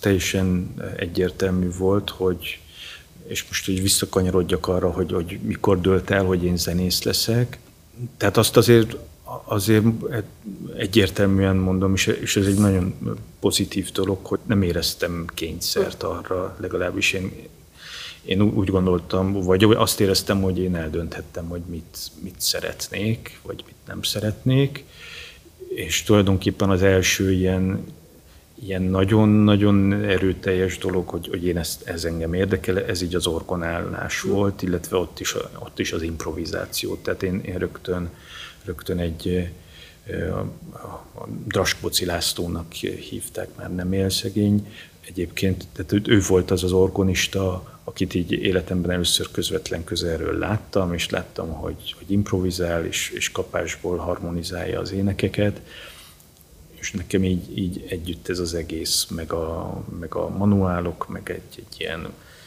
teljesen egyértelmű volt, hogy, és most hogy visszakanyarodjak arra, hogy mikor dőlt el, hogy én zenész leszek. Tehát azt azért egyértelműen mondom, és ez egy nagyon pozitív dolog, hogy nem éreztem kényszert arra, legalábbis én úgy gondoltam, vagy azt éreztem, hogy én eldönthettem, hogy mit szeretnék, vagy mit nem szeretnék, és tulajdonképpen az első ilyen nagyon-nagyon erőteljes dolog, hogy én ez engem érdekel, ez így az orgonálás volt, illetve ott is az improvizáció. Tehát én rögtön egy a Draskóci Lászlónak hívták, már nem él szegény. Egyébként tehát ő volt az orgonista, akit így életemben először közvetlen közelről láttam, és láttam, hogy improvizál, és kapásból harmonizálja az énekeket. És nekem így együtt ez az egész, meg a manuálok, meg egy ilyen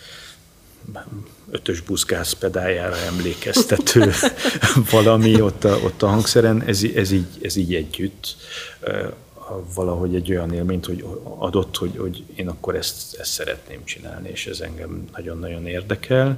5-ös buszgáz pedáljára emlékeztető valami ott a hangszeren, ez így együtt valahogy egy olyan élményt, hogy adott, hogy én akkor ezt szeretném csinálni, és ez engem nagyon-nagyon érdekel.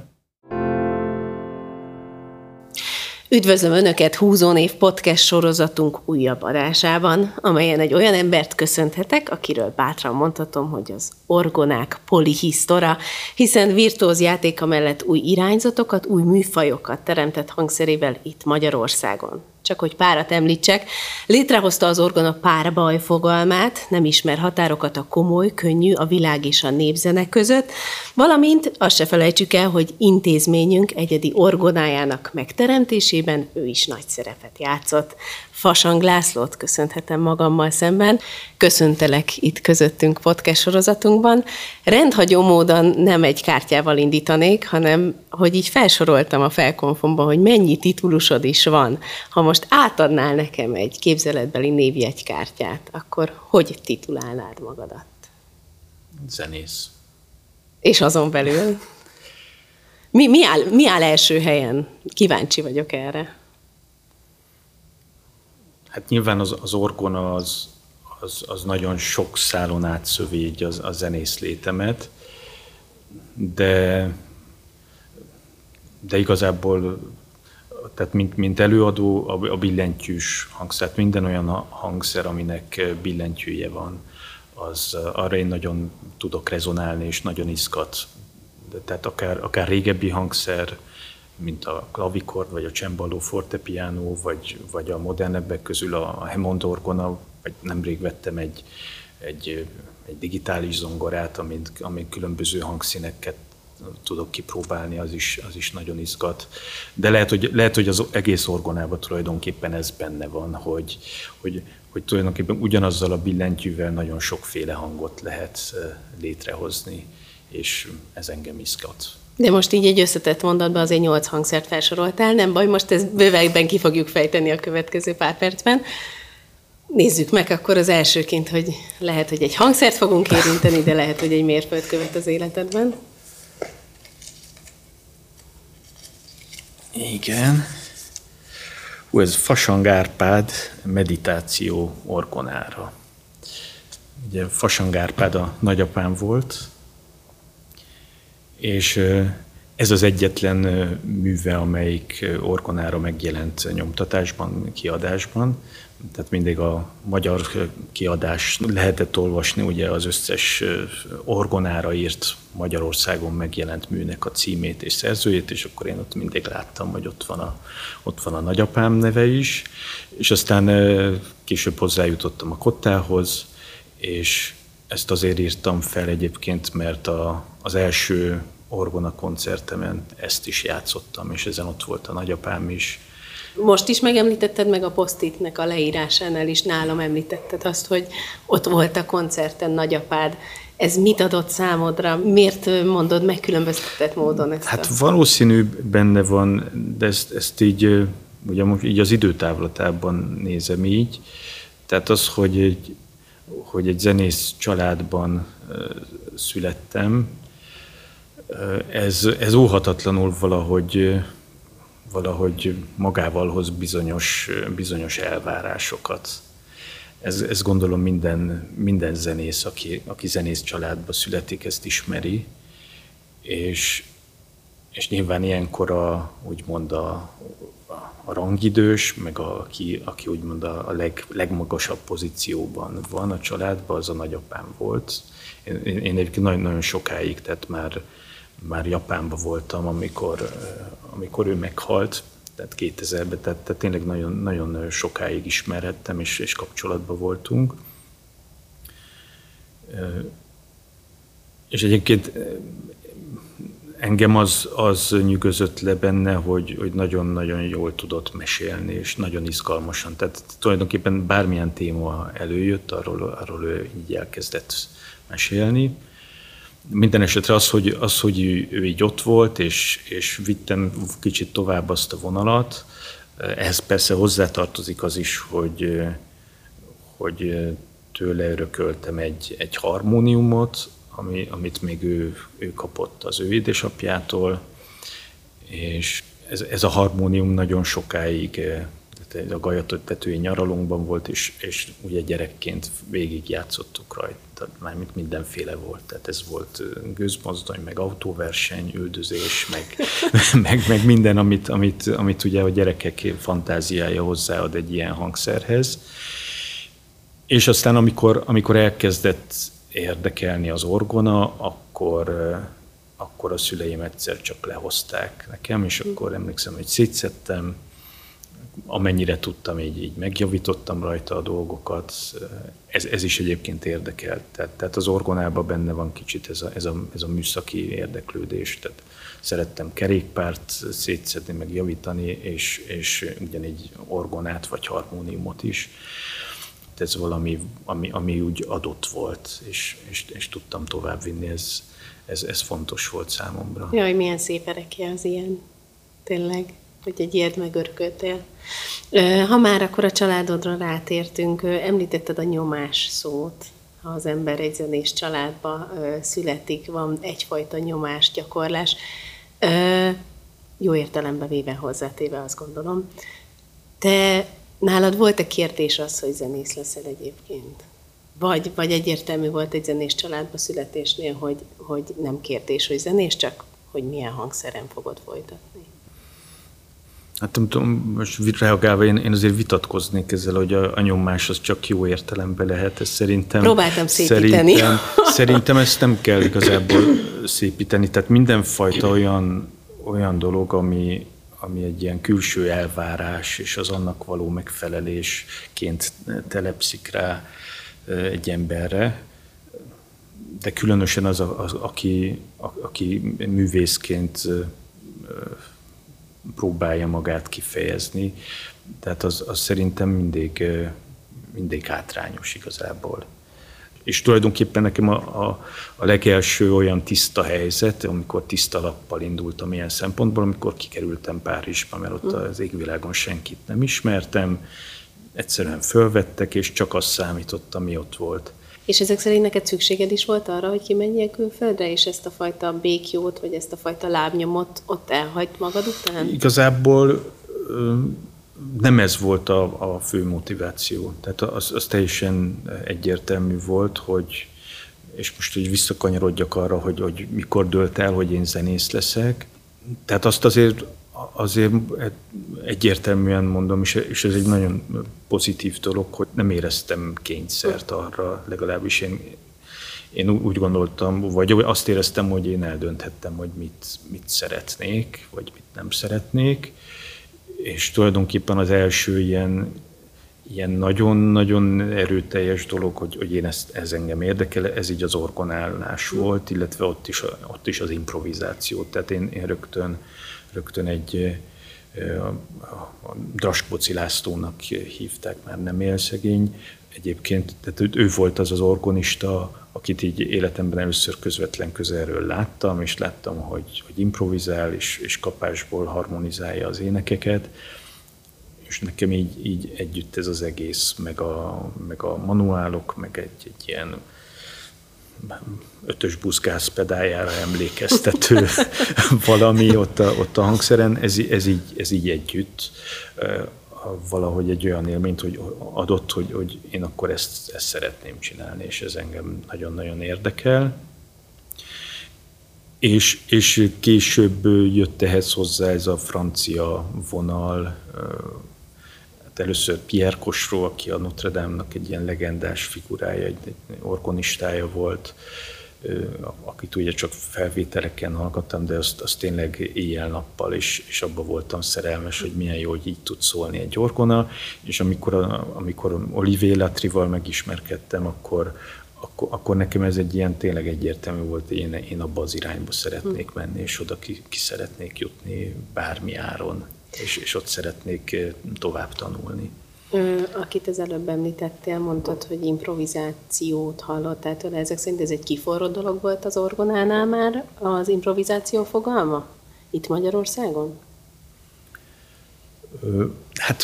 Üdvözlöm Önöket Húzónév podcast sorozatunk újabb adásában, amelyen egy olyan embert köszönhetek, akiről bátran mondhatom, hogy az orgonák polihisztora, hiszen virtuóz játéka mellett új irányzatokat, új műfajokat teremtett hangszerével itt Magyarországon. Csak hogy párat említsek, létrehozta az orgona párbaj fogalmát, nem ismer határokat a komoly, könnyű, a világ és a népzene között, valamint azt se felejtsük el, hogy intézményünk egyedi orgonájának megteremtésében ő is nagy szerepet játszott. Fasang Lászlót köszönhetem magammal szemben. Köszöntelek itt közöttünk podcast sorozatunkban. Rendhagyó módon nem egy kártyával indítanék, hanem hogy így felsoroltam a felkonfomban, hogy mennyi titulusod is van. Ha most átadnál nekem egy képzeletbeli névjegykártyát, akkor hogy titulálnád magadat? Zenész. És azon belül? Mi áll első helyen? Kíváncsi vagyok erre. Hát nyilván az orgona az nagyon sok szálon átszövi így a zenész létemet, de igazából, tehát mint előadó a billentyűs hangszer, minden olyan hangszer, aminek billentyűje van, arra én nagyon tudok rezonálni, és nagyon izgat. Tehát akár régebbi hangszer, mint a klavikord, vagy a cembalo, fortepiano, vagy a modernebbek közül a Hammond orgona, vagy nemrég vettem egy digitális zongorát, amin különböző hangszíneket tudok kipróbálni, az is nagyon izgat. De lehet, hogy az egész orgonában tulajdonképpen ez benne van, hogy tulajdonképpen ugyanazzal a billentyűvel nagyon sokféle hangot lehet létrehozni, és ez engem izgat. De most így egy összetett mondatban azért 8 hangszert felsoroltál, nem baj, most ezt bővebben ki fogjuk fejteni a következő pár percben. Nézzük meg akkor az elsőként, hogy lehet, hogy egy hangszert fogunk érinteni, de lehet, hogy egy mérföldkövet az életedben. Igen. Ez Fasang Árpád meditáció orgonára. Ugye Fasang Árpád a nagyapám volt, és ez az egyetlen műve, amelyik orgonára megjelent nyomtatásban, kiadásban. Tehát mindig a magyar kiadás lehetett olvasni, ugye az összes orgonára írt Magyarországon megjelent műnek a címét és szerzőjét, és akkor én ott mindig láttam, hogy ott van a nagyapám neve is, és aztán később hozzájutottam a kottához, és ezt azért írtam fel egyébként, mert az első orgona koncertemen ezt is játszottam, és ezen ott volt a nagyapám is. Most is megemlítetted, meg a posztitnek a leírásánál is nálam említetted azt, hogy ott volt a koncerten nagyapád. Ez mit adott számodra? Miért mondod megkülönböztetett módon ezt? Hát valószínű benne van, de ezt így, ugye így az időtávlatában nézem így. Tehát az, hogy egy zenész családban születtem, ez óhatatlanul valahogy magával hoz bizonyos elvárásokat. Ez gondolom minden zenész, aki zenész családba születik, ezt ismeri, és nyilván ilyenkor úgymond a rangidős, meg aki úgymond a legmagasabb pozícióban van a családban, az a nagyapám volt. Én egyébként nagyon sokáig, tehát már Japánban voltam, amikor ő meghalt, tehát 2000-ben, tehát tényleg nagyon, nagyon sokáig ismerhettem, és kapcsolatban voltunk. És egyébként engem az nyűgözött le benne, hogy nagyon-nagyon jól tudott mesélni, és nagyon izgalmasan. Tehát tulajdonképpen bármilyen téma előjött, arról ő így elkezdett mesélni. Minden esetre az, hogy ő így ott volt, és vittem kicsit tovább azt a vonalat, ehhez persze hozzátartozik az is, hogy tőle örököltem egy harmóniumot, amit még ő kapott az ő édesapjától, és ez a harmónium nagyon sokáig a Galyatetői nyaralunkban volt, és ugye gyerekként végig játszottuk rajta, mármint mindenféle volt. Tehát ez volt gőzmozdony, meg autóverseny, üldözés, meg minden, amit ugye a gyerekek fantáziája hozzáad egy ilyen hangszerhez. És aztán amikor elkezdett érdekelni az orgona, akkor a szüleim egyszer csak lehozták nekem, és akkor emlékszem, hogy szétszedtem, amennyire tudtam, így megjavítottam rajta a dolgokat. Ez is egyébként érdekelt. Tehát az orgonában benne van kicsit ez a műszaki érdeklődés. Tehát szerettem kerékpárt szétszedni, meg javítani, és ugyanígy orgonát vagy harmóniumot is. Ez valami, ami úgy adott volt, és tudtam továbbvinni, ez fontos volt számomra. Jaj, milyen szép erekje az ilyen, tényleg, hogy egy ilyet megörököltél. Ha már akkor a családodra rátértünk, említetted a nyomás szót. Ha az ember egy zenés családba születik, van egyfajta nyomásgyakorlás. Jó értelemben véve hozzátéve, azt gondolom. Nálad volt-e kérdés az, hogy zenész leszel egyébként? Vagy egyértelmű volt egy zenés családba születésnél, hogy nem kérdés, hogy zenés, csak hogy milyen hangszeren fogod folytatni? Hát nem tudom, most reagálva én azért vitatkoznék ezzel, hogy a nyomás az csak jó értelemben lehet. Ez szerintem... Próbáltam szépíteni. Szerintem ezt nem kell igazából szépíteni. Tehát mindenfajta olyan dolog, ami egy ilyen külső elvárás, és az annak való megfelelésként telepszik rá egy emberre. De különösen az aki művészként próbálja magát kifejezni, tehát az szerintem mindig hátrányos igazából. És tulajdonképpen nekem a legelső olyan tiszta helyzet, amikor tiszta lappal indultam ilyen szempontból, amikor kikerültem Párizsba, mert ott az égvilágon senkit nem ismertem, egyszerűen fölvettek, és csak az számított, ami ott volt. És ezek szerint neked szükséged is volt arra, hogy kimenjél külföldre, és ezt a fajta békjót, vagy ezt a fajta lábnyomot ott elhagyd magad után? Igazából nem ez volt a fő motiváció. Tehát az teljesen egyértelmű volt, és most hogy visszakanyarodjak arra, hogy mikor dőlt el, hogy én zenész leszek. Tehát azt azért egyértelműen mondom, és ez egy nagyon pozitív dolog, hogy nem éreztem kényszert arra, legalábbis én úgy gondoltam, vagy azt éreztem, hogy én eldönthettem, hogy mit szeretnék, vagy mit nem szeretnék, és tulajdonképpen az első ilyen nagyon-nagyon erőteljes dolog, hogy ez engem érdekel, ez így az orgonálás volt, illetve ott is az improvizáció. Tehát én rögtön egy a Draskóci Lászlónak hívták, már nem él szegény. Egyébként tehát ő volt az orgonista, akit így életemben először közvetlen közelről láttam, és láttam, hogy improvizál, és kapásból harmonizálja az énekeket. És nekem így együtt ez az egész, meg a manuálok, meg egy ilyen 5-ös buszgáz pedáljára emlékeztető valami ott a hangszeren, ez így együtt. valahogy egy olyan élményt, hogy adott, hogy én akkor ezt szeretném csinálni, és ez engem nagyon-nagyon érdekel. És később jött ehhez hozzá ez a francia vonal. Hát először Pierre Cochereau, aki a Notre Dame-nak egy ilyen legendás figurája, egy orgonistája volt, akit ugye csak felvételeken hallgattam, de azt tényleg éjjel-nappal, és abban voltam szerelmes, hogy milyen jó, hogy így tud szólni egy orgona, és amikor Olivier Latrival megismerkedtem, akkor nekem ez egy ilyen tényleg egyértelmű volt, hogy én abba az irányba szeretnék menni, és oda ki szeretnék jutni bármi áron, és ott szeretnék tovább tanulni. Akit az előbb említettél, mondtad, hogy improvizációt hallottál tőle. Ezek szerint ez egy kiforrott dolog volt az orgonánál már, az improvizáció fogalma? Itt Magyarországon? Hát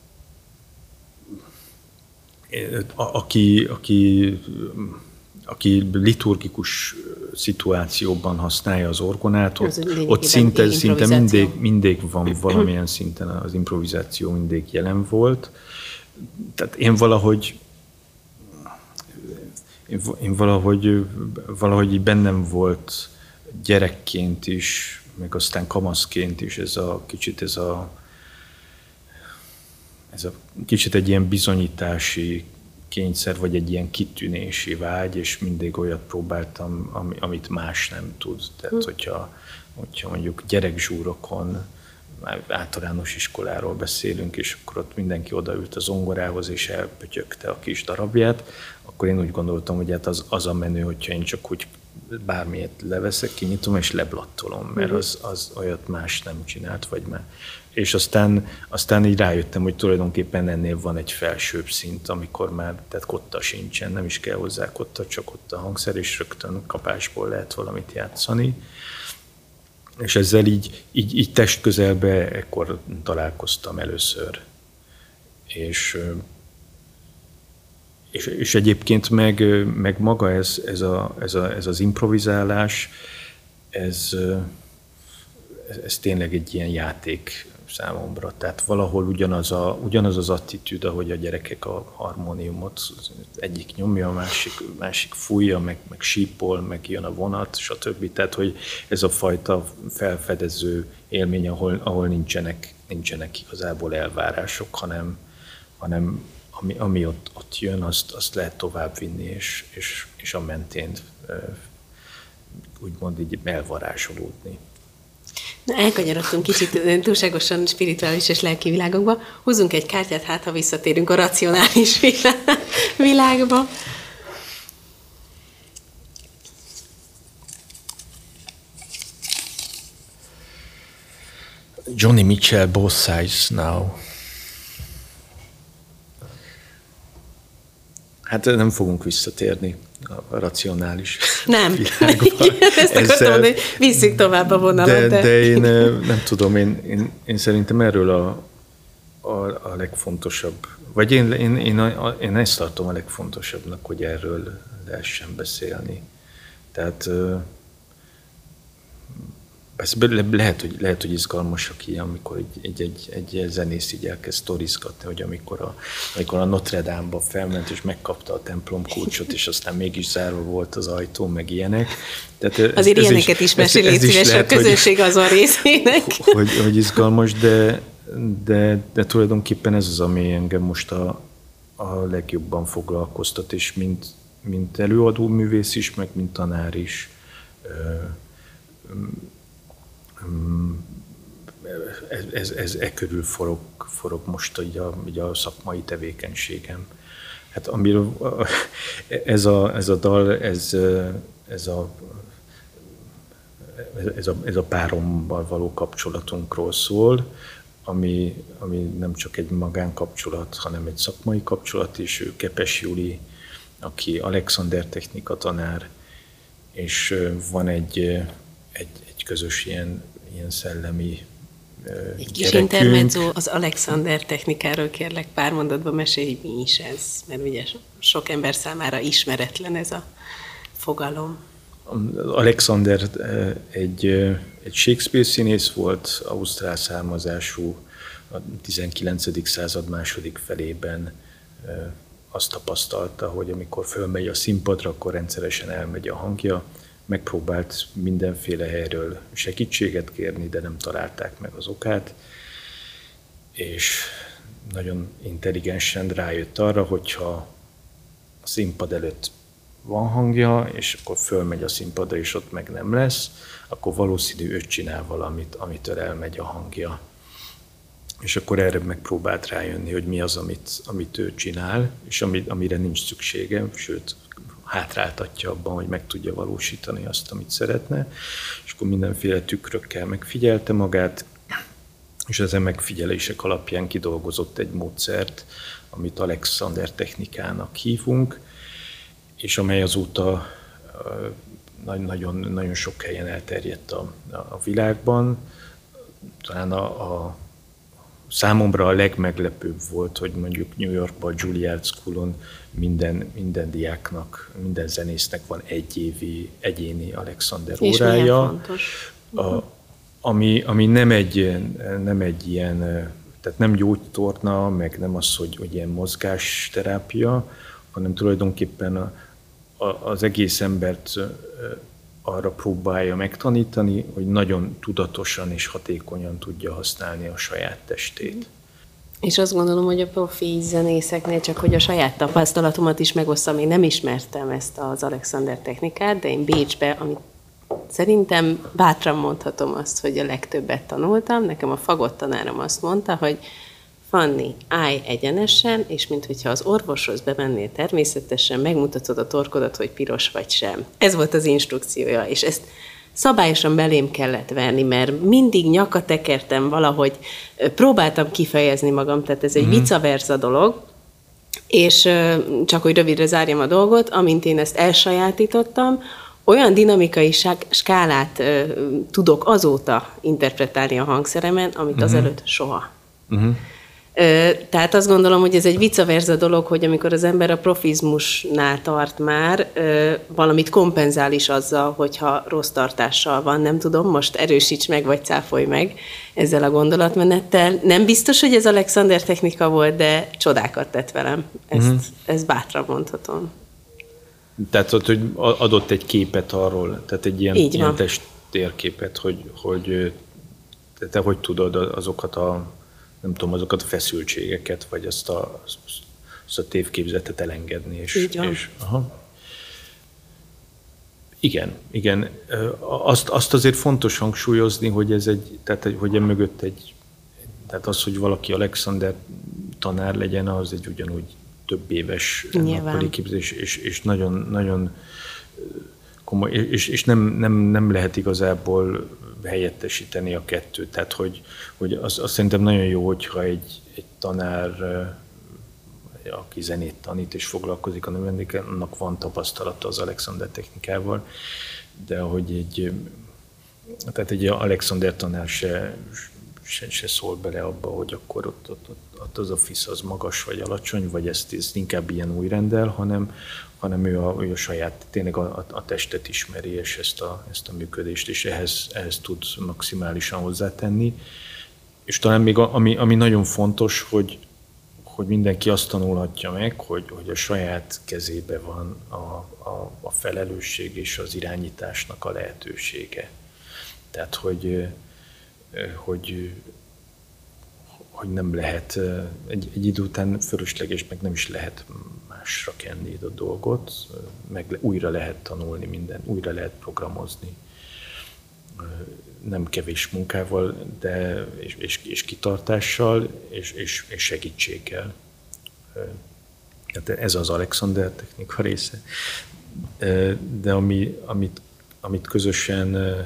aki liturgikus szituációban használja az orgonát, ott szinte mindig van valamilyen szinten az improvizáció mindig jelen volt. Tehát én valahogy bennem volt gyerekként is, meg aztán kamaszként is ez a kicsit egy ilyen bizonyítási kényszer, vagy egy ilyen kitűnési vágy, és mindig olyat próbáltam, amit más nem tud. Tehát, hogyha mondjuk gyerekzsúrokon, általános iskoláról beszélünk, és akkor ott mindenki odaült a zongorához, és elpötyögte a kis darabját, akkor én úgy gondoltam, hogy hát az a menő, hogyha én csak úgy bármilyet leveszek, kinyitom, és leblattolom, mert az olyat más nem csinált, vagy már. És aztán így rájöttem, hogy tulajdonképpen ennél van egy felsőbb szint, amikor már, tehát kotta sincsen, nem is kell hozzá kotta, csak ott a hangszer, és rögtön kapásból lehet valamit játszani. És ezzel így testközelbe ekkor találkoztam először. És egyébként meg maga ez az improvizálás, ez tényleg egy ilyen játék számomra. Tehát valahol ugyanaz az attitűd, ahogy a gyerekek a harmóniumot, egyik nyomja, a másik fújja, meg sípol, meg jön a vonat, stb. Tehát, hogy ez a fajta felfedező élmény, ahol nincsenek igazából elvárások, hanem ami ott jön, azt lehet tovább vinni, és a mentén úgymond így elvarázsolódni. Na, elkanyarodtunk kicsit túlságosan spirituális és lelki világokba. Húzzunk egy kártyát, hát ha visszatérünk a racionális világba. Johnny Mitchell, Both Sides Now. Hát nem fogunk visszatérni a racionális világba. Ezt akartam mondani, hogy visszük tovább a vonalat. De én nem tudom, én szerintem erről a legfontosabb, vagy én ezt tartom a legfontosabbnak, hogy erről lehessen beszélni. Tehát lehet, hogy izgalmas, amikor egy zenész így elkezd sztorizgatni, hogy amikor a Notre Dame-ba felment, és megkapta a templom kulcsot, és aztán mégis zárva volt az ajtó, meg ilyenek. Tehát azért ilyeneket is mesél, légy szíves a közönség azon részének. Hogy izgalmas, de tulajdonképpen ez az, ami engem most a legjobban foglalkoztat, és mint előadó művész is, meg mint tanár is. Ez körül forog most így a szakmai tevékenységem. Hát amiről ez a dal, ez a párommal való kapcsolatunkról szól, ami nem csak egy magánkapcsolat, hanem egy szakmai kapcsolat is. Ő Kepes Juli, aki Alexander technika tanár, és van egy közös ilyen szellemi egy kis intermezzo az Alexander technikáról, kérlek pár mondatban mesélj, hogy mi is ez, mert ugye sok ember számára ismeretlen ez a fogalom. Alexander egy Shakespeare színész volt, ausztrál származású, a 19. század második felében azt tapasztalta, hogy amikor fölmegy a színpadra, akkor rendszeresen elmegy a hangja. Megpróbált mindenféle helyről segítséget kérni, de nem találták meg az okát, és nagyon intelligensen rájött arra, hogyha a színpad előtt van hangja, és akkor fölmegy a színpadra, és ott meg nem lesz, akkor valószínű ő csinál valamit, amitől elmegy a hangja. És akkor erre megpróbált rájönni, hogy mi az, amit ő csinál, és amire nincs szüksége, sőt, hátráltatja abban, hogy meg tudja valósítani azt, amit szeretne. És akkor mindenféle tükrökkel megfigyelte magát, és ezen megfigyelések alapján kidolgozott egy módszert, amit Alexander technikának hívunk, és amely azóta nagyon, nagyon sok helyen elterjedt a világban. Talán a számomra a legmeglepőbb volt, hogy mondjuk New Yorkban, a Juilliard Schoolon minden diáknak, minden zenésznek van egy évi egyéni Alexander órája. És milyen fontos. Ami nem egy ilyen, tehát nem gyógytorna, meg nem az, hogy ilyen mozgásterápia, hanem tulajdonképpen az egész embert arra próbálja megtanítani, hogy nagyon tudatosan és hatékonyan tudja használni a saját testét. És azt gondolom, hogy a profi zenészeknél, csak hogy a saját tapasztalatomat is megosztam, én nem ismertem ezt az Alexander technikát, de én Bécsbe, amit szerintem bátran mondhatom azt, hogy a legtöbbet tanultam. Nekem a fagott tanárom azt mondta, hogy Fanni, állj egyenesen, és minthogyha az orvoshoz bemennél természetesen, megmutatod a torkodat, hogy piros vagy sem. Ez volt az instrukciója, és ezt szabályosan belém kellett verni, mert mindig nyaka tekertem valahogy, próbáltam kifejezni magam, tehát ez egy vice versa dolog, és csak hogy rövidre zárjam a dolgot, amint én ezt elsajátítottam, olyan dinamikai skálát tudok azóta interpretálni a hangszeremen, amit azelőtt soha. Tehát azt gondolom, hogy ez egy vice versa dolog, hogy amikor az ember a profizmusnál tart már, valamit kompenzál is azzal, hogyha rossz tartással van, nem tudom, most erősíts meg, vagy cáfolj meg ezzel a gondolatmenettel. Nem biztos, hogy ez Alexander technika volt, de csodákat tett velem. Ezt bátran mondhatom. Tehát, hogy adott egy képet arról, tehát egy ilyen testtérképet, hogy te hogy tudod azokat azokat a feszültségeket, vagy azt a tévképzetet elengedni. Igen. Azt azért fontos hangsúlyozni, hogy hogy emögött tehát az, hogy valaki Alexander tanár legyen, az egy ugyanúgy több éves nappali képzés, és nagyon, nagyon komoly, és nem lehet igazából helyettesíteni a kettőt. Tehát, hogy az szerintem nagyon jó, hogyha egy tanár, aki zenét tanít és foglalkozik a növendékkel, annak van tapasztalata az Alexander technikával, de hogy egy Alexander tanár se szól bele abba, hogy akkor ott az a fisz az magas vagy alacsony, vagy ezt inkább ilyen újrendel, hanem ő a saját, tényleg a testet ismeri, és ezt a működést, és ehhez tud maximálisan hozzátenni. És talán még ami nagyon fontos, hogy mindenki azt tanulhatja meg, hogy a saját kezébe van a felelősség és az irányításnak a lehetősége. Tehát, hogy nem lehet, egy idő után fölösleges, meg nem is lehet másra kenni a dolgot, meg újra lehet tanulni mindent, újra lehet programozni. Nem kevés munkával, de és kitartással, és segítséggel. Tehát ez az Alexander technika része. De amit közösen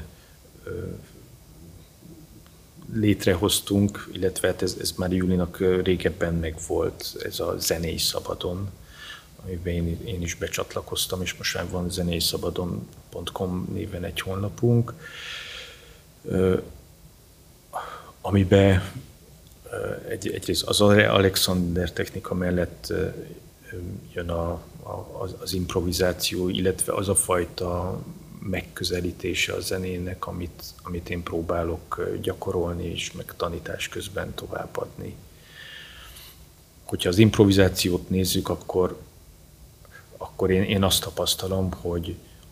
létrehoztunk, illetve ez már Julinak régebben megvolt, ez a Zenei Szabadon, amiben én is becsatlakoztam, és most már van zeneiszabadon.com néven egy honlapunk, amiben egyrészt az Alexander technika mellett jön az improvizáció, illetve az a fajta megközelítése a zenének, amit én próbálok gyakorolni, és meg tanítás közben továbbadni. Hogyha az improvizációt nézzük, akkor én azt tapasztalom, hogy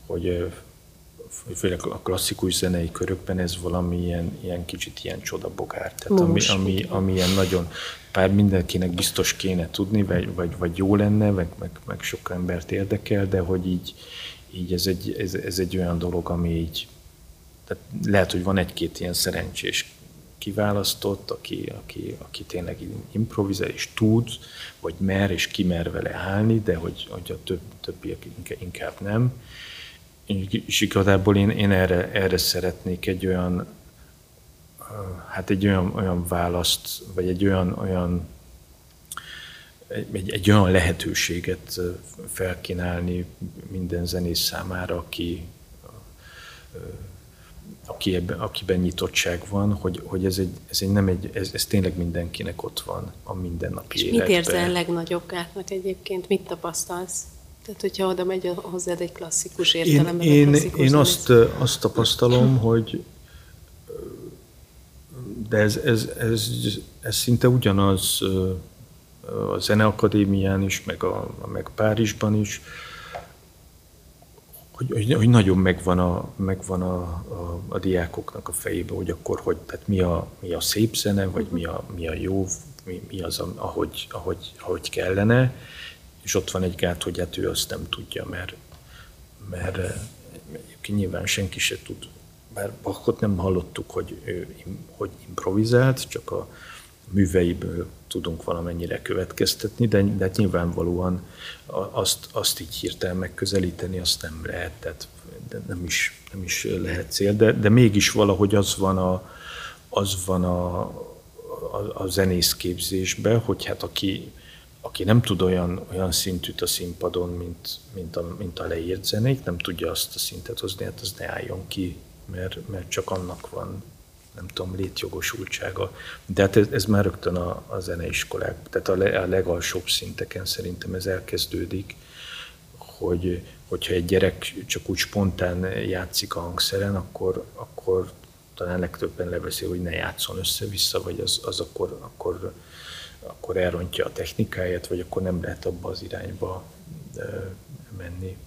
főleg a klasszikus zenei körökben ez valami ilyen kicsit ilyen csodabogár. Tehát ami ilyen nagyon, bár mindenkinek biztos kéne tudni, vagy jó lenne, meg sok embert érdekel, de hogy így ez egy olyan dolog, ami így, tehát lehet, hogy van egy-két ilyen szerencsés kiválasztott, aki tényleg improvizál és tud, vagy mer és kimer vele állni, de hogy a többiek inkább nem. És igazából én erre szeretnék egy olyan választ, vagy egy olyan lehetőséget felkínálni minden zenész számára, akiben nyitottság van, hogy ez tényleg mindenkinek ott van a mindennapi életben. És mit érzel legnagyobb gátnak egyébként? Mit tapasztalsz? Tehát, hogyha oda megy hozzád egy klasszikus értelemben. Én azt tapasztalom, hogy de ez szinte ugyanaz a Zeneakadémián is, meg Párizsban is, hogy nagyon megvan a diákoknak a fejében, hogy akkor tehát mi a szép zene, vagy mi a jó, mi az, ahogy kellene, és ott van egy gát, hogy hát ő azt nem tudja, mert nyilván senki se tud. Bár Bachot nem hallottuk, hogy improvizált, csak a műveiből tudunk valamennyire következtetni, de hát nyilvánvalóan azt így hirtelen megközelíteni, azt nem lehet, tehát nem is lehet cél, de mégis valahogy az van a zenészképzésben, hogy hát aki nem tud olyan szintűt a színpadon, mint a leírt zenék, nem tudja azt a szintet hozni, hát az ne álljon ki, mert csak annak van, nem tudom, létjogosultsága. De hát ez már rögtön a zeneiskolák, tehát a legalsóbb szinteken szerintem ez elkezdődik, hogyha egy gyerek csak úgy spontán játszik a hangszeren, akkor talán legtöbben leveszi, hogy ne játszon össze-vissza, vagy az akkor elrontja a technikáját, vagy akkor nem lehet abba az irányba menni.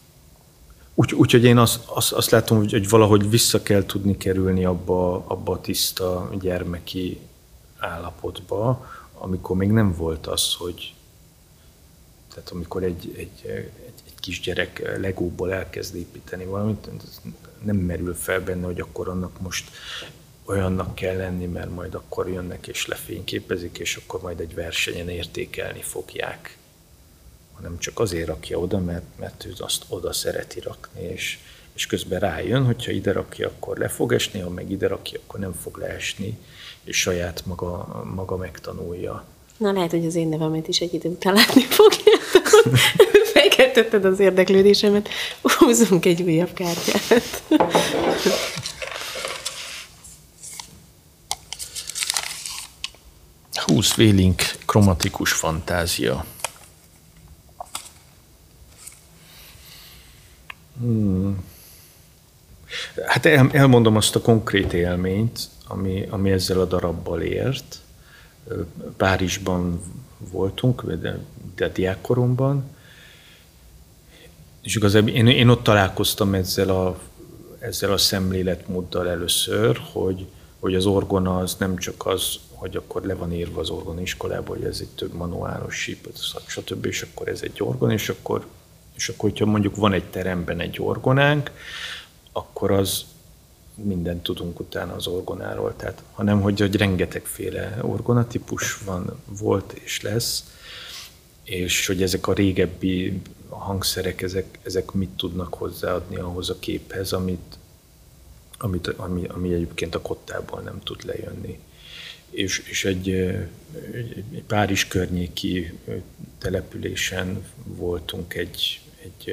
Úgyhogy én azt látom, hogy valahogy vissza kell tudni kerülni abba a tiszta gyermeki állapotba, amikor még nem volt az, hogy tehát amikor egy kisgyerek legóból elkezd építeni valamit, nem merül fel benne, hogy akkor annak most olyannak kell lenni, mert majd akkor jönnek és lefényképezik, és akkor majd egy versenyen értékelni fogják. Hanem csak azért rakja oda, mert ő azt oda szereti rakni, és közben rájön, hogyha ide rakja, akkor le fog esni, ha meg ide rakja, akkor nem fog leesni, és saját maga megtanulja. Na, lehet, hogy az én nevemet is egy idő után látni fogjátok. Felkeltetted az érdeklődésemet. Húzzunk egy újabb kártyát. Húsz Wéling kromatikus fantázia. Hát elmondom azt a konkrét élményt, ami ezzel a darabbal ért. Párizsban voltunk, de diákkoromban, és igazából én ott találkoztam ezzel a szemléletmóddal először, hogy az orgona az nem csak az, hogy akkor le van írva az orgonaiskolából, hogy ez egy több manuálos síp, stb., és akkor ez egy orgon, és akkor, hogyha mondjuk van egy teremben egy orgonánk, akkor az mindent tudunk utána az orgonáról, tehát, hanem hogy rengetegféle orgonatípus volt és lesz, és hogy ezek a régebbi hangszerek, ezek mit tudnak hozzáadni ahhoz a képhez, ami egyébként a kottából nem tud lejönni. És egy Párizs környéki településen voltunk egy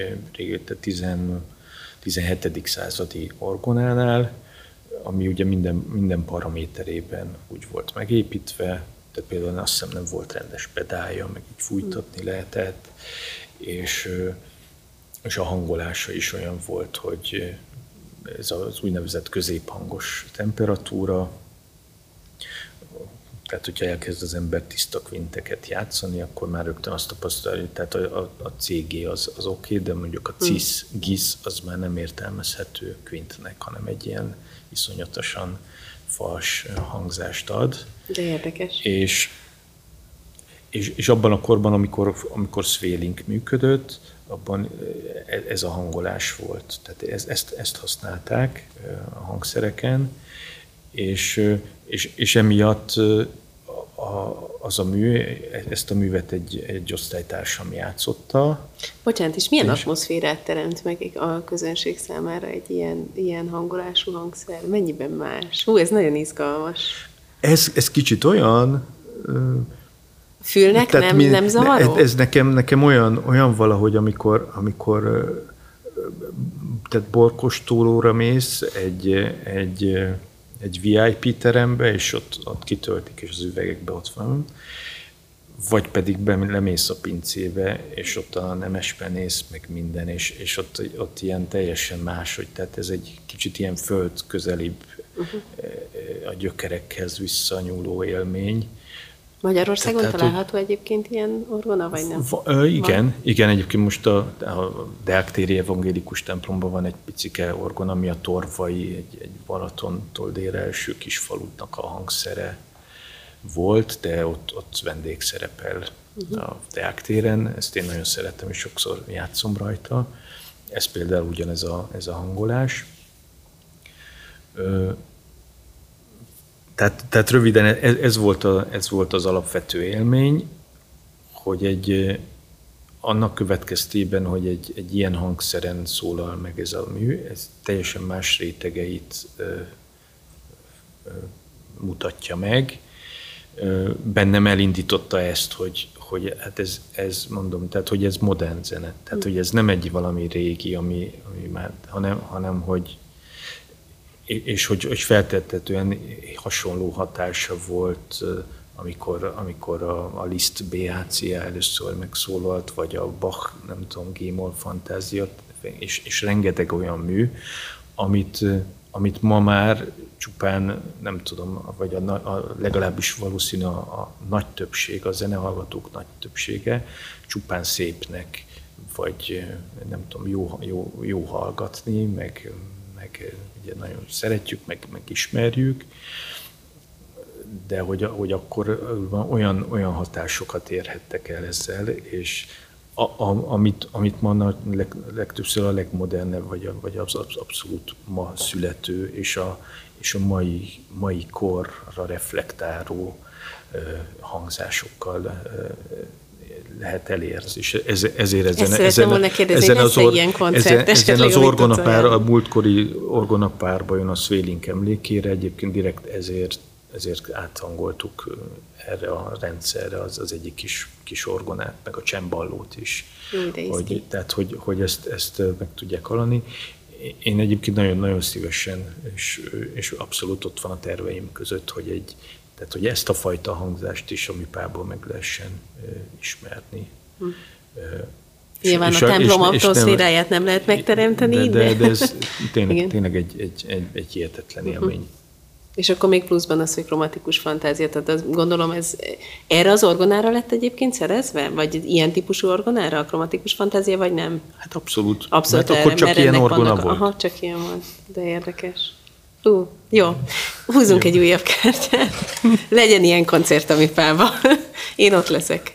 17. századi orgonánál, ami ugye minden paraméterében úgy volt megépítve, tehát például azt hiszem nem volt rendes pedálja, meg így fújtatni lehetett, és a hangolása is olyan volt, hogy ez az úgynevezett középhangos temperatúra. Tehát, hogyha elkezd az ember tiszta kvinteket játszani, akkor már rögtön azt tapasztalja, tehát a CG az oké, de mondjuk a cis, gis az már nem értelmezhető kvintnek, hanem egy ilyen iszonyatosan fals hangzást ad. De érdekes. És abban a korban, amikor Svelink működött, abban ez a hangolás volt. Tehát ezt használták a hangszereken, és emiatt ezt a művet egy osztálytársam játszotta. Bocsánat, és milyen atmoszférát teremt meg a közönség számára egy ilyen hangolású hangszer? Mennyiben más? Ez nagyon izgalmas. Ez kicsit olyan... Fülnek nem zavaró? Ez nekem olyan valahogy, amikor tehát borkostolóra mész egy VIP terembe, és ott kitöltik, és az üvegekbe ott van, vagy pedig lemész a pincébe, és ott a nemesben néz meg minden, és ott ilyen teljesen máshogy, tehát ez egy kicsit ilyen földközelibb, a gyökerekhez visszanyúló élmény. Magyarországon található egyébként ilyen orgona, vagy nem? Igen, egyébként most a Deák téri evangélikus templomban van egy picike orgona, ami a Torvai, egy Balatontól délre első kis falunak a hangszere volt, de ott vendég szerepel a Deák téren. Ezt én nagyon szeretem, és sokszor játszom rajta. Ez például ugyanez ez a hangolás. Tehát röviden ez volt az alapvető élmény, hogy annak következtében, hogy egy ilyen hangszeren szólal meg ez a mű, ez teljesen más rétegeit mutatja meg. Bennem elindította ezt, hogy hát ez mondom, tehát hogy ez modern zene, tehát hogy ez nem egy valami régi, ami már, hanem hogy és hogy feltétlenül hasonló hatása volt, amikor a Liszt BHCA először megszólalt, vagy a Bach, nem tudom, G-moll fantázia, és rengeteg olyan mű, amit ma már csupán, nem tudom, vagy legalábbis valószínű a nagy többség, a zenehallgatók nagy többsége csupán szépnek, vagy nem tudom, jó hallgatni, meg ugye nagyon szeretjük, meg ismerjük, de hogy akkor olyan hatásokat érhettek el ezzel, és amit ma legtöbbször a legmodernebb, vagy az abszolút ma születő, és a mai korra reflektáló hangzásokkal lehet elérni. És ezért ezen az orgonapár, a múltkori orgonapárba jön a Svelink emlékére, egyébként direkt ezért áthangoltuk erre a rendszerre az egyik kis orgonát, meg a cemballót is. Tehát, hogy ezt meg tudják hallani. Én egyébként nagyon-nagyon szívesen, és abszolút ott van a terveim között, tehát, hogy ezt a fajta hangzást is a műpából meg lehessen ismerni. Nyilván a templom atmoszféráját nem lehet megteremteni, de ez tényleg egy hihetetlen élmény. És akkor még pluszban az, hogy kromatikus fantázia, tehát azt gondolom, ez erre az orgonára lett egyébként szerezve? Vagy ilyen típusú orgonára a kromatikus fantázia, vagy nem? Hát abszolút. Abszolút mert erre, akkor csak ilyen orgona volt. Aha, csak ilyen volt. De érdekes. Jó. Húzzunk egy újabb kártyát. Legyen ilyen koncert a műpában. Én ott leszek.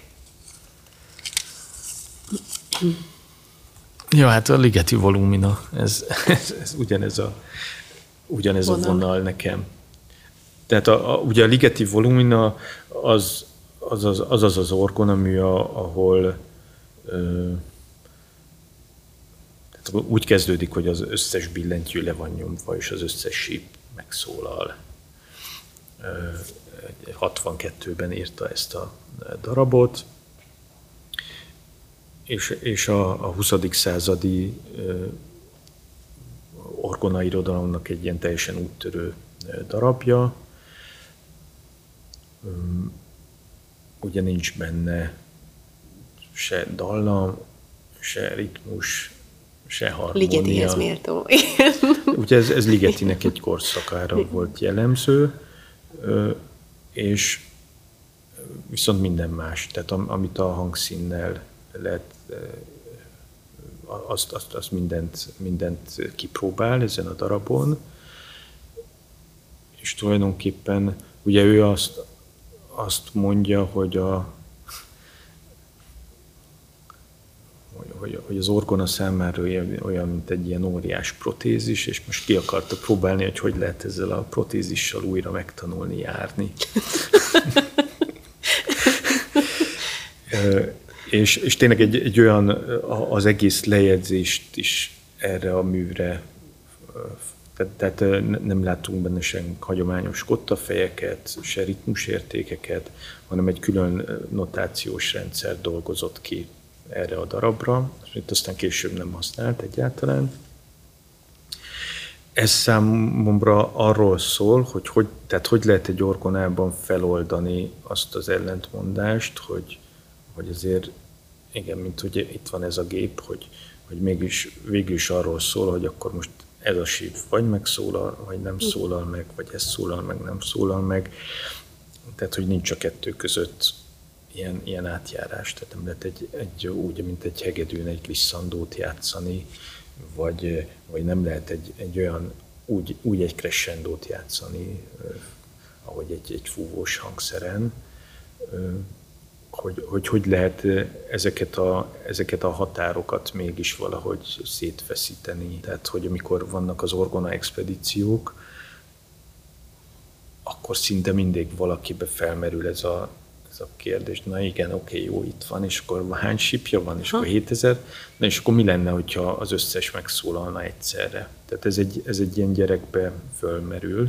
Ja, hát a Ligeti Volumina, ez ugyanez a vonal nekem. Tehát ugye a Ligeti Volumina az orgonamű, ahol tehát úgy kezdődik, hogy az összes billentyű le van nyomva, és az összes síp megszólal. 62-ben írta ezt a darabot, és a 20. századi orgonairodalomnak egy ilyen teljesen úttörő darabja. Ugye nincs benne se dallam, se ritmus, se harmónia. Ligetihez méltó. Ugye ez Ligetinek egy korszakára volt jellemző, és viszont minden más. Tehát amit a hangszínnel lehet, azt mindent kipróbál ezen a darabon, és tulajdonképpen ugye ő azt mondja, hogy az orgona számára olyan, mint egy ilyen óriás protézis, és most ki akarta próbálni, hogy lehet ezzel a protézissal újra megtanulni járni. És tényleg egy olyan, az egész lejegyzést is erre a művre, tehát nem látunk benne sem hagyományos kottafejeket, se ritmusértékeket, hanem egy külön notációs rendszer dolgozott ki erre a darabra, és itt aztán később nem használt egyáltalán. Ez számomra arról szól, hogy lehet egy orgonában feloldani azt az ellentmondást, hogy azért, igen, mint hogy itt van ez a gép, hogy mégis végül is arról szól, hogy akkor most ez a sív vagy megszólal, vagy nem szólal meg, vagy ez szólal meg, nem szólal meg. Tehát, hogy nincs a kettő között ilyen átjárás. Tehát nem lehet úgy, mint egy hegedűn egy glissandót játszani, vagy nem lehet egy olyan, úgy egy crescendót játszani, ahogy egy fúvós hangszeren, hogy lehet ezeket a határokat mégis valahogy szétfeszíteni. Tehát, hogy amikor vannak az orgona expedíciók, akkor szinte mindig valakibe felmerül ez a kérdés. Na igen, oké, jó, itt van, és akkor hány sípja van, és akkor 7000, na és akkor mi lenne, hogyha az összes megszólalna egyszerre? Tehát ez egy ilyen gyerekbe fölmerül.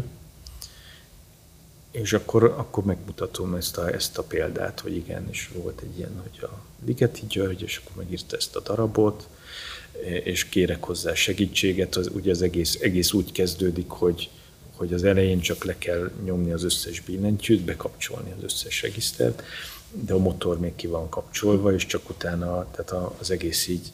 És akkor megmutatom ezt a példát, hogy igen, és volt egy ilyen, hogy a Ligeti György, és akkor megírta ezt a darabot, és kérek hozzá segítséget. Ugye az egész úgy kezdődik, hogy az elején csak le kell nyomni az összes billentyűt, bekapcsolni az összes regisztert, de a motor még ki van kapcsolva, és csak utána tehát az egész így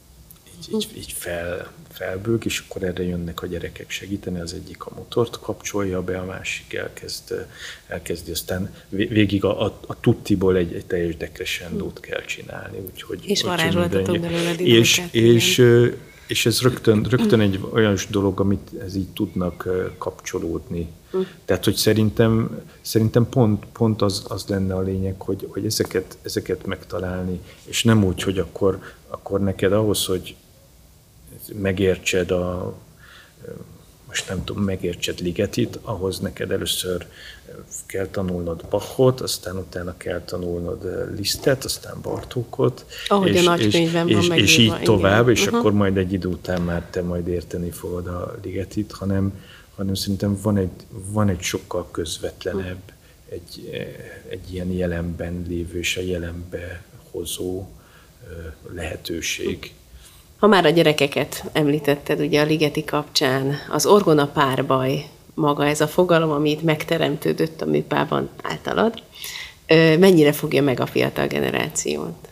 felbőg, és akkor erre jönnek a gyerekek segíteni, az egyik a motort kapcsolja be, a másik elkezdi, aztán végig a tuttiból egy teljes decrescendót kell csinálni. És varázsoltatok belőle dinamikát. És ez rögtön egy olyan dolog, amit ez így tudnak kapcsolódni. Tehát, hogy szerintem pont az lenne a lényeg, hogy ezeket megtalálni, és nem úgy, hogy akkor neked ahhoz, hogy megértsed most nem tudom, megértsed Ligetit, ahhoz neked először kell tanulnod Bachot, aztán utána kell tanulnod Lisztet, aztán Bartókot, ahogy a nagykönyvben van megírva. És így tovább, és akkor majd egy idő után már te majd érteni fogod a Ligetit, hanem szerintem van egy sokkal közvetlenebb, egy ilyen jelenben lévő és a jelenbe hozó lehetőség. Ha már a gyerekeket említetted, ugye a Ligeti kapcsán, az orgona párbaj maga, ez a fogalom, ami itt megteremtődött a műpában általad, mennyire fogja meg a fiatal generációt?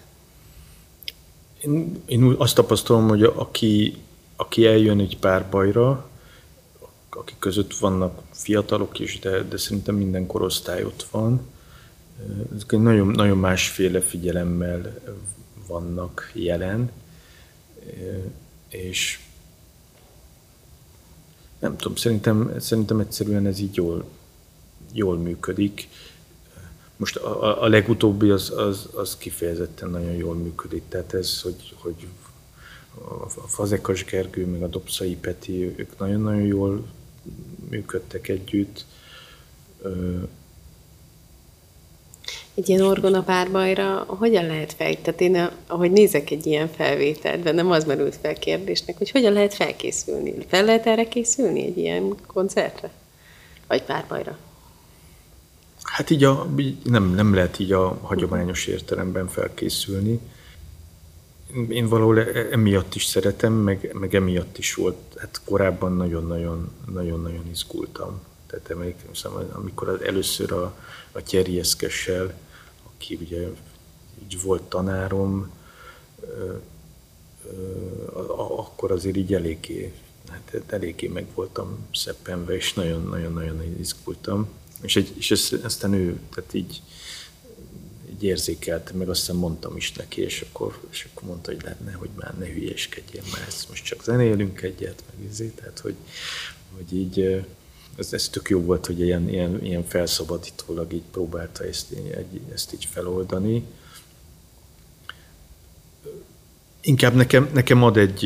Én azt tapasztalom, hogy aki eljön egy párbajra, akik között vannak fiatalok is, de szerintem minden korosztály ott van, nagyon, nagyon másféle figyelemmel vannak jelen, és nem tudom, szerintem egyszerűen ez így jól működik. Most a legutóbbi az kifejezetten nagyon jól működik. Tehát ez, hogy a Fazekas Gergő, meg a Dobszai Peti, ők nagyon-nagyon jól működtek együtt. Egy ilyen orgona párbajra hogyan lehet tehát én, ahogy nézek egy ilyen felvételt, bennem az merült fel kérdésnek, hogy hogyan lehet felkészülni? Fel lehet erre készülni egy ilyen koncertre? Vagy párbajra? Hát így nem lehet így a hagyományos értelemben felkészülni. Én valahol emiatt is szeretem, meg emiatt is volt, hát korábban nagyon-nagyon izgultam. Tehát emlékszem, amikor először a Tyerjeszkessel, aki ugye így volt tanárom, akkor azért így eléggé meg voltam szeppenve, és nagyon-nagyon izgultam. És aztán ő, tehát így érzékelte, meg aztán mondtam is neki, és akkor mondta, hogy lehetne, hogy már ne hülyéskedjél, már ezt most csak zenélünk egyet, meg ezért, tehát hogy így ez tök jó volt, hogy ilyen felszabadítólag így próbálta ezt így feloldani. Inkább nekem ad egy,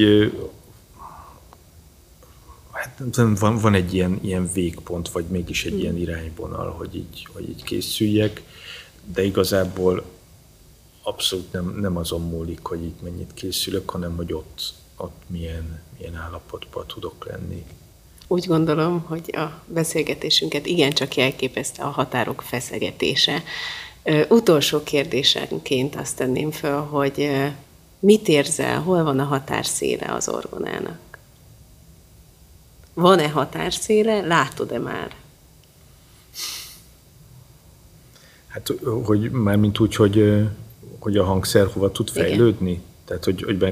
hát van egy ilyen végpont, vagy mégis egy ilyen irányvonal, hogy így készüljek, de igazából abszolút nem azon múlik, hogy itt mennyit készülök, hanem hogy ott milyen állapotban tudok lenni. Úgy gondolom, hogy a beszélgetésünket igencsak jelképezte a határok feszegetése. Utolsó kérdésenként azt tenném föl, hogy mit érzel, hol van a határszéle az orgonának? Van-e határszéle? Látod-e már? Hát, hogy mármint úgy, hogy a hangszer hova tud fejlődni? Igen. Tehát, hogy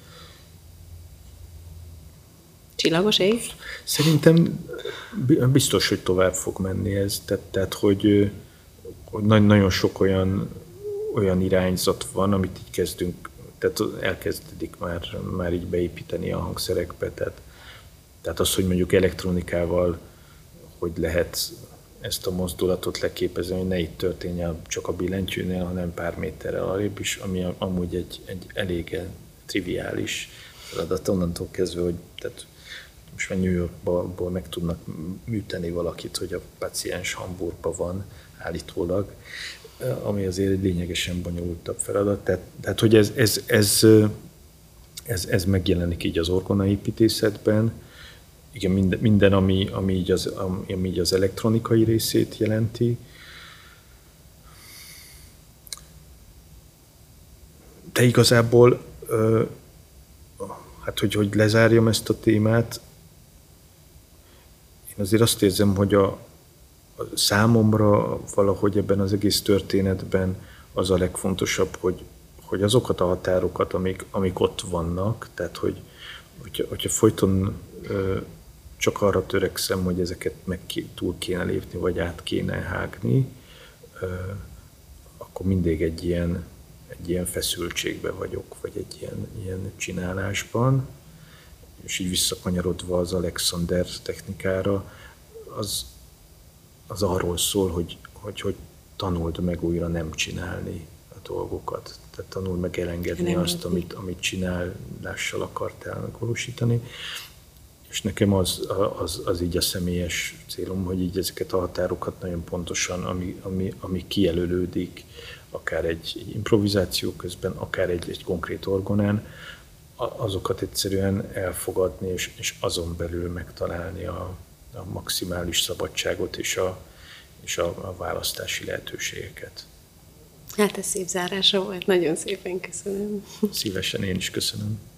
Csillagos ég? Szerintem biztos, hogy tovább fog menni ez. Tehát hogy nagyon sok olyan irányzat van, amit így kezdünk, tehát elkezdedik már így beépíteni a hangszerekbe. Tehát az, hogy mondjuk elektronikával, hogy lehet ezt a mozdulatot leképezni, hogy ne itt történjen csak a billentyűnél, hanem pár méterrel arrébb is, ami amúgy egy elég triviális feladat onnantól kezdve, hogy tehát most már New Yorkból meg tudnak műteni valakit, hogy a paciens Hamburgban van állítólag, ami azért egy lényegesen bonyolultabb feladat. Tehát hogy ez megjelenik így az orgonaépítészetben. Igen, minden ami így az elektronikai részét jelenti. De igazából, hát hogy lezárjam ezt a témát, én azért azt érzem, hogy a számomra valahogy ebben az egész történetben az a legfontosabb, hogy azokat a határokat, amik ott vannak, tehát hogyha folyton csak arra törekszem, hogy ezeket túl kéne lépni, vagy át kéne hágni, akkor mindig egy ilyen feszültségben vagyok, vagy egy ilyen csinálásban. És így visszakanyarodva az Alexander technikára, az arról szól, hogy tanuld meg újra nem csinálni a dolgokat. Tehát tanuld meg elengedni azt, amit csinálással akartál megvalósítani. És nekem az így a személyes célom, hogy így ezeket a határokat nagyon pontosan, ami kijelölődik, akár egy improvizáció közben, akár egy konkrét orgonán, azokat egyszerűen elfogadni, és azon belül megtalálni a maximális szabadságot és a választási lehetőségeket. Hát ez szép zárása volt, nagyon szépen köszönöm. Szívesen, én is köszönöm.